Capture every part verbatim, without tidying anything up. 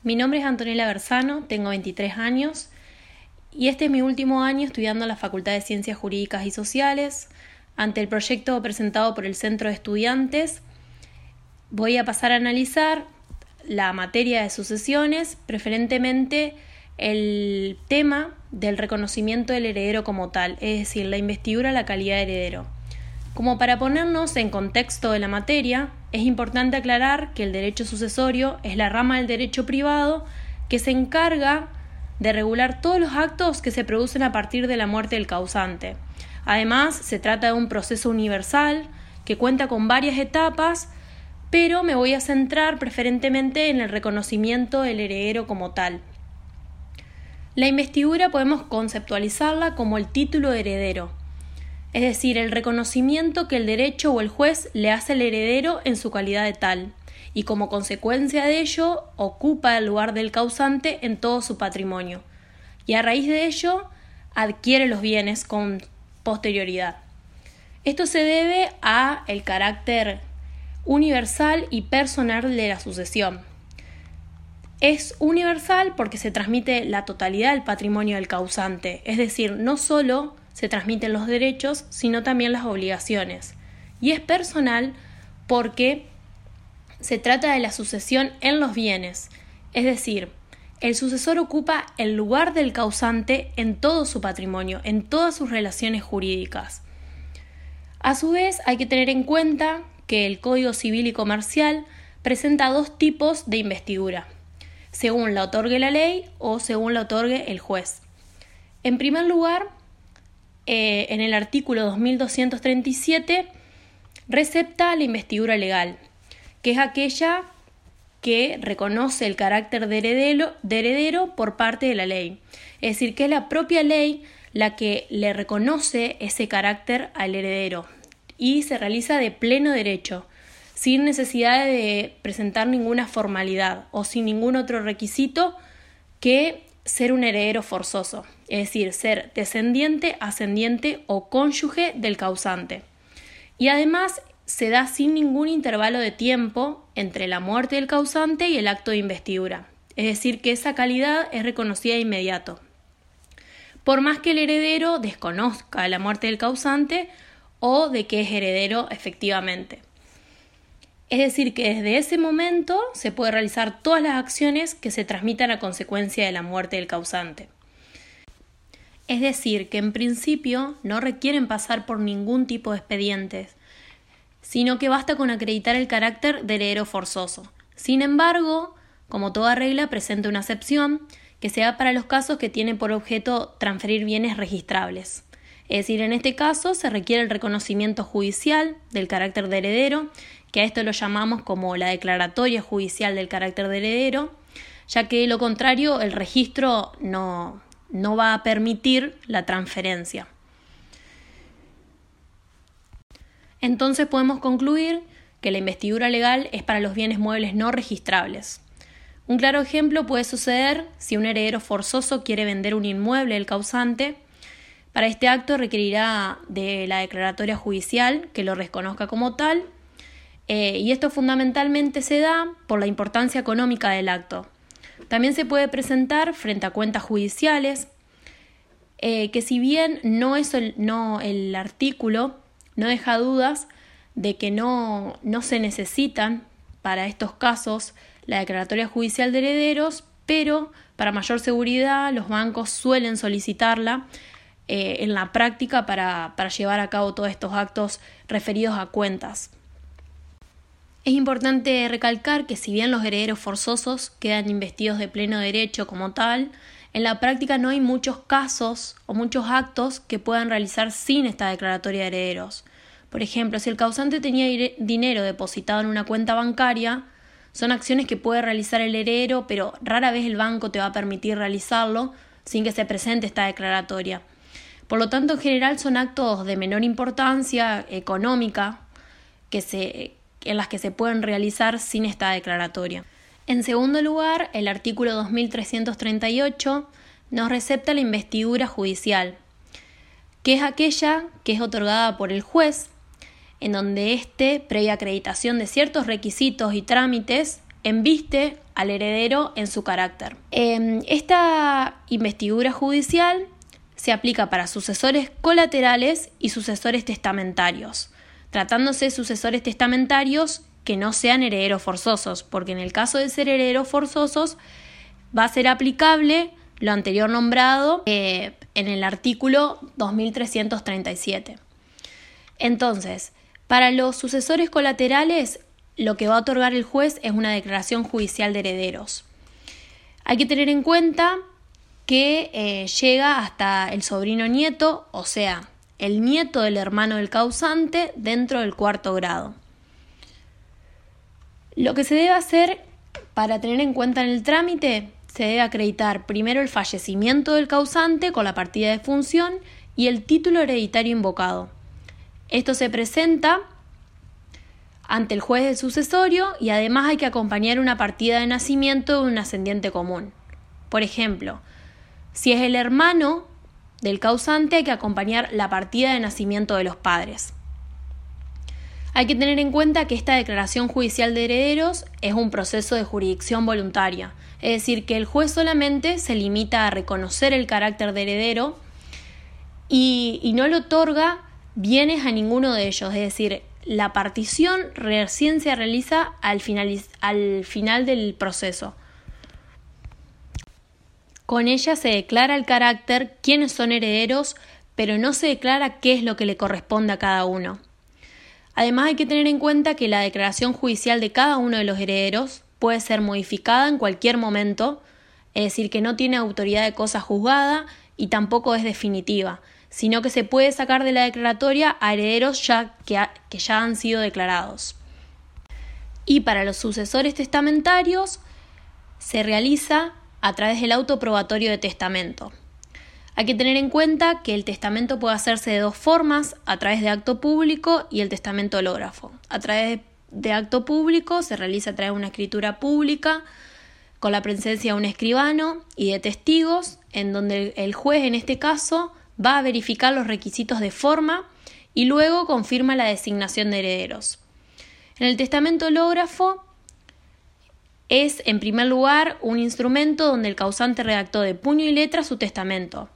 Mi nombre es Antonella Bersano, tengo veintitrés años y este es mi último año estudiando en la Facultad de Ciencias Jurídicas y Sociales. Ante el proyecto presentado por el Centro de Estudiantes, voy a pasar a analizar la materia de sucesiones, preferentemente el tema del reconocimiento del heredero como tal, es decir, la investidura a la calidad de heredero. Como para ponernos en contexto de la materia, es importante aclarar que el derecho sucesorio es la rama del derecho privado que se encarga de regular todos los actos que se producen a partir de la muerte del causante. Además, se trata de un proceso universal que cuenta con varias etapas, pero me voy a centrar preferentemente en el reconocimiento del heredero como tal. La investidura podemos conceptualizarla como el título de heredero, es decir, el reconocimiento que el derecho o el juez le hace al heredero en su calidad de tal, y como consecuencia de ello ocupa el lugar del causante en todo su patrimonio, y a raíz de ello adquiere los bienes con posterioridad. Esto se debe a el carácter universal y personal de la sucesión. Es universal porque se transmite la totalidad del patrimonio del causante, es decir, no solo se transmiten los derechos, sino también las obligaciones. Y es personal porque se trata de la sucesión en los bienes, es decir, el sucesor ocupa el lugar del causante en todo su patrimonio, en todas sus relaciones jurídicas. A su vez, hay que tener en cuenta que el Código Civil y Comercial presenta dos tipos de investidura, según la otorgue la ley o según la otorgue el juez. En primer lugar, eh, en el artículo dos mil doscientos treinta y siete, recepta la investidura legal, que es aquella que reconoce el carácter de heredero, de heredero por parte de la ley. Es decir, que es la propia ley la que le reconoce ese carácter al heredero y se realiza de pleno derecho, sin necesidad de presentar ninguna formalidad o sin ningún otro requisito que ser un heredero forzoso, es decir, ser descendiente, ascendiente o cónyuge del causante. Y además se da sin ningún intervalo de tiempo entre la muerte del causante y el acto de investidura, es decir, que esa calidad es reconocida de inmediato, por más que el heredero desconozca la muerte del causante o de que es heredero efectivamente. Es decir, que desde ese momento se puede realizar todas las acciones que se transmitan a consecuencia de la muerte del causante. Es decir, que en principio no requieren pasar por ningún tipo de expedientes, sino que basta con acreditar el carácter de heredero forzoso. Sin embargo, como toda regla, presenta una excepción que se da para los casos que tienen por objeto transferir bienes registrables. Es decir, en este caso se requiere el reconocimiento judicial del carácter de heredero, que a esto lo llamamos como la declaratoria judicial del carácter de heredero, ya que de lo contrario el registro no, no va a permitir la transferencia. Entonces podemos concluir que la investidura legal es para los bienes muebles no registrables. Un claro ejemplo puede suceder si un heredero forzoso quiere vender un inmueble del causante. Para este acto requerirá de la declaratoria judicial que lo reconozca como tal, eh, y esto fundamentalmente se da por la importancia económica del acto. También se puede presentar frente a cuentas judiciales, eh, que si bien no es el, no, el artículo no deja dudas de que no, no se necesitan para estos casos la declaratoria judicial de herederos, pero para mayor seguridad los bancos suelen solicitarla eh, en la práctica para, para llevar a cabo todos estos actos referidos a cuentas. Es importante recalcar que si bien los herederos forzosos quedan investidos de pleno derecho como tal, en la práctica no hay muchos casos o muchos actos que puedan realizar sin esta declaratoria de herederos. Por ejemplo, si el causante tenía dinero depositado en una cuenta bancaria, son acciones que puede realizar el heredero, pero rara vez el banco te va a permitir realizarlo sin que se presente esta declaratoria. Por lo tanto, en general son actos de menor importancia económica que se, en las que se pueden realizar sin esta declaratoria. En segundo lugar, el artículo dos mil trescientos treinta y ocho nos recepta la investidura judicial, que es aquella que es otorgada por el juez, en donde éste, previa acreditación de ciertos requisitos y trámites, embiste al heredero en su carácter. Eh, esta investidura judicial se aplica para sucesores colaterales y sucesores testamentarios, tratándose de sucesores testamentarios que no sean herederos forzosos, porque en el caso de ser herederos forzosos va a ser aplicable lo anterior nombrado eh, en el artículo dos mil trescientos treinta y siete. Entonces, para los sucesores colaterales, lo que va a otorgar el juez es una declaración judicial de herederos. Hay que tener en cuenta que eh, llega hasta el sobrino nieto, o sea, el nieto del hermano del causante dentro del cuarto grado. Lo que se debe hacer para tener en cuenta en el trámite, se debe acreditar primero el fallecimiento del causante con la partida de función y el título hereditario invocado. Esto se presenta ante el juez del sucesorio y además hay que acompañar una partida de nacimiento de un ascendiente común. Por ejemplo, si es el hermano del causante, hay que acompañar la partida de nacimiento de los padres. Hay que tener en cuenta que esta declaración judicial de herederos es un proceso de jurisdicción voluntaria, es decir, que el juez solamente se limita a reconocer el carácter de heredero y, y no le otorga bienes a ninguno de ellos, es decir, la partición recién se realiza al, finaliz- al final del proceso. Con ella se declara el carácter, quiénes son herederos, pero no se declara qué es lo que le corresponde a cada uno. Además hay que tener en cuenta que la declaración judicial de cada uno de los herederos puede ser modificada en cualquier momento, es decir, que no tiene autoridad de cosa juzgada y tampoco es definitiva, sino que se puede sacar de la declaratoria a herederos ya que, ha, que ya han sido declarados. Y para los sucesores testamentarios se realiza a través del auto probatorio de testamento. Hay que tener en cuenta que el testamento puede hacerse de dos formas, a través de acto público y el testamento hológrafo. A través de acto público se realiza a través de una escritura pública con la presencia de un escribano y de testigos, en donde el juez en este caso va a verificar los requisitos de forma y luego confirma la designación de herederos. En el testamento hológrafo es, en primer lugar, un instrumento donde el causante redactó de puño y letra su testamento,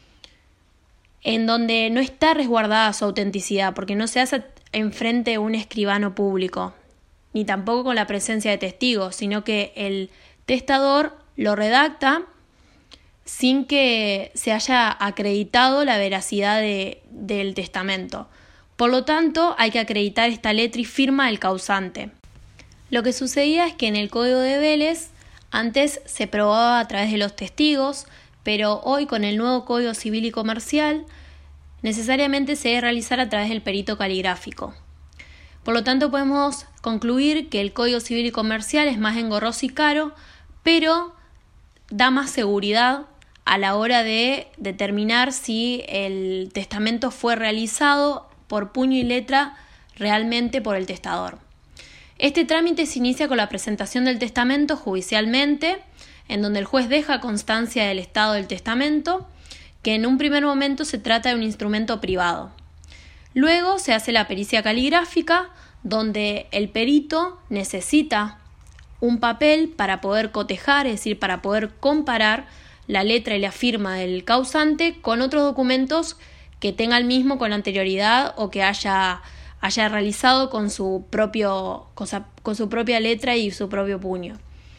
en donde no está resguardada su autenticidad, porque no se hace enfrente de un escribano público, ni tampoco con la presencia de testigos, sino que el testador lo redacta sin que se haya acreditado la veracidad de, del testamento. Por lo tanto, hay que acreditar esta letra y firma del causante. Lo que sucedía es que en el Código de Vélez antes se probaba a través de los testigos, pero hoy con el nuevo Código Civil y Comercial necesariamente se debe realizar a través del perito caligráfico. Por lo tanto, podemos concluir que el Código Civil y Comercial es más engorroso y caro, pero da más seguridad a la hora de determinar si el testamento fue realizado por puño y letra realmente por el testador. Este trámite se inicia con la presentación del testamento judicialmente, en donde el juez deja constancia del estado del testamento, que en un primer momento se trata de un instrumento privado. Luego se hace la pericia caligráfica, donde el perito necesita un papel para poder cotejar, es decir, para poder comparar la letra y la firma del causante con otros documentos que tenga el mismo con anterioridad o que haya, haya realizado con su, propio, con, sa, con su propia letra y su propio puño.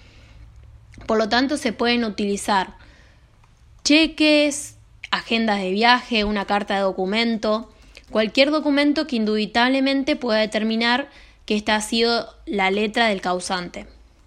Por lo tanto, se pueden utilizar cheques, agendas de viaje, una carta de documento, cualquier documento que indubitablemente pueda determinar que esta ha sido la letra del causante.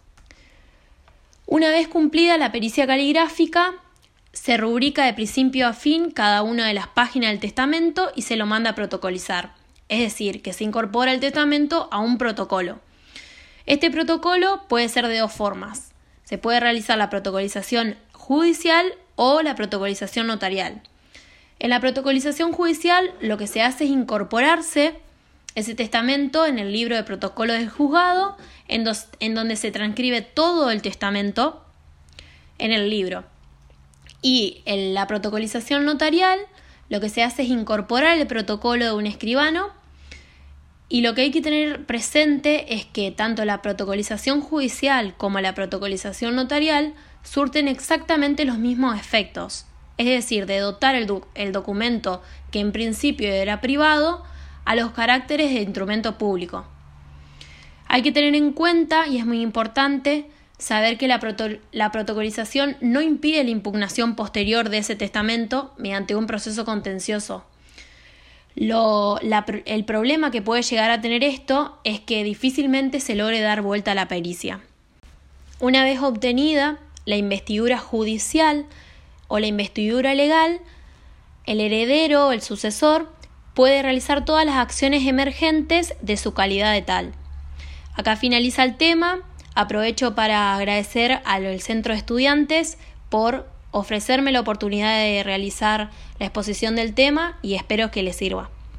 Una vez cumplida la pericia caligráfica, se rubrica de principio a fin cada una de las páginas del testamento y se lo manda a protocolizar, es decir, que se incorpora el testamento a un protocolo. Este protocolo puede ser de dos formas. Se puede realizar la protocolización judicial o la protocolización notarial. En la protocolización judicial lo que se hace es incorporarse ese testamento en el libro de protocolo del juzgado, en, dos, en donde se transcribe todo el testamento en el libro. Y en la protocolización notarial lo que se hace es incorporar el protocolo de un escribano Y lo que hay que tener presente es que tanto la protocolización judicial como la protocolización notarial surten exactamente los mismos efectos, es decir, de dotar el, do- el documento que en principio era privado a los caracteres de instrumento público. Hay que tener en cuenta, y es muy importante, saber que la, proto- la protocolización no impide la impugnación posterior de ese testamento mediante un proceso contencioso. Lo, la, el problema que puede llegar a tener esto es que difícilmente se logre dar vuelta a la pericia. Una vez obtenida la investidura judicial o la investidura legal, el heredero o el sucesor puede realizar todas las acciones emergentes de su calidad de tal. Acá finaliza el tema. Aprovecho para agradecer al Centro de Estudiantes por ofrecerme la oportunidad de realizar la exposición del tema y espero que les sirva.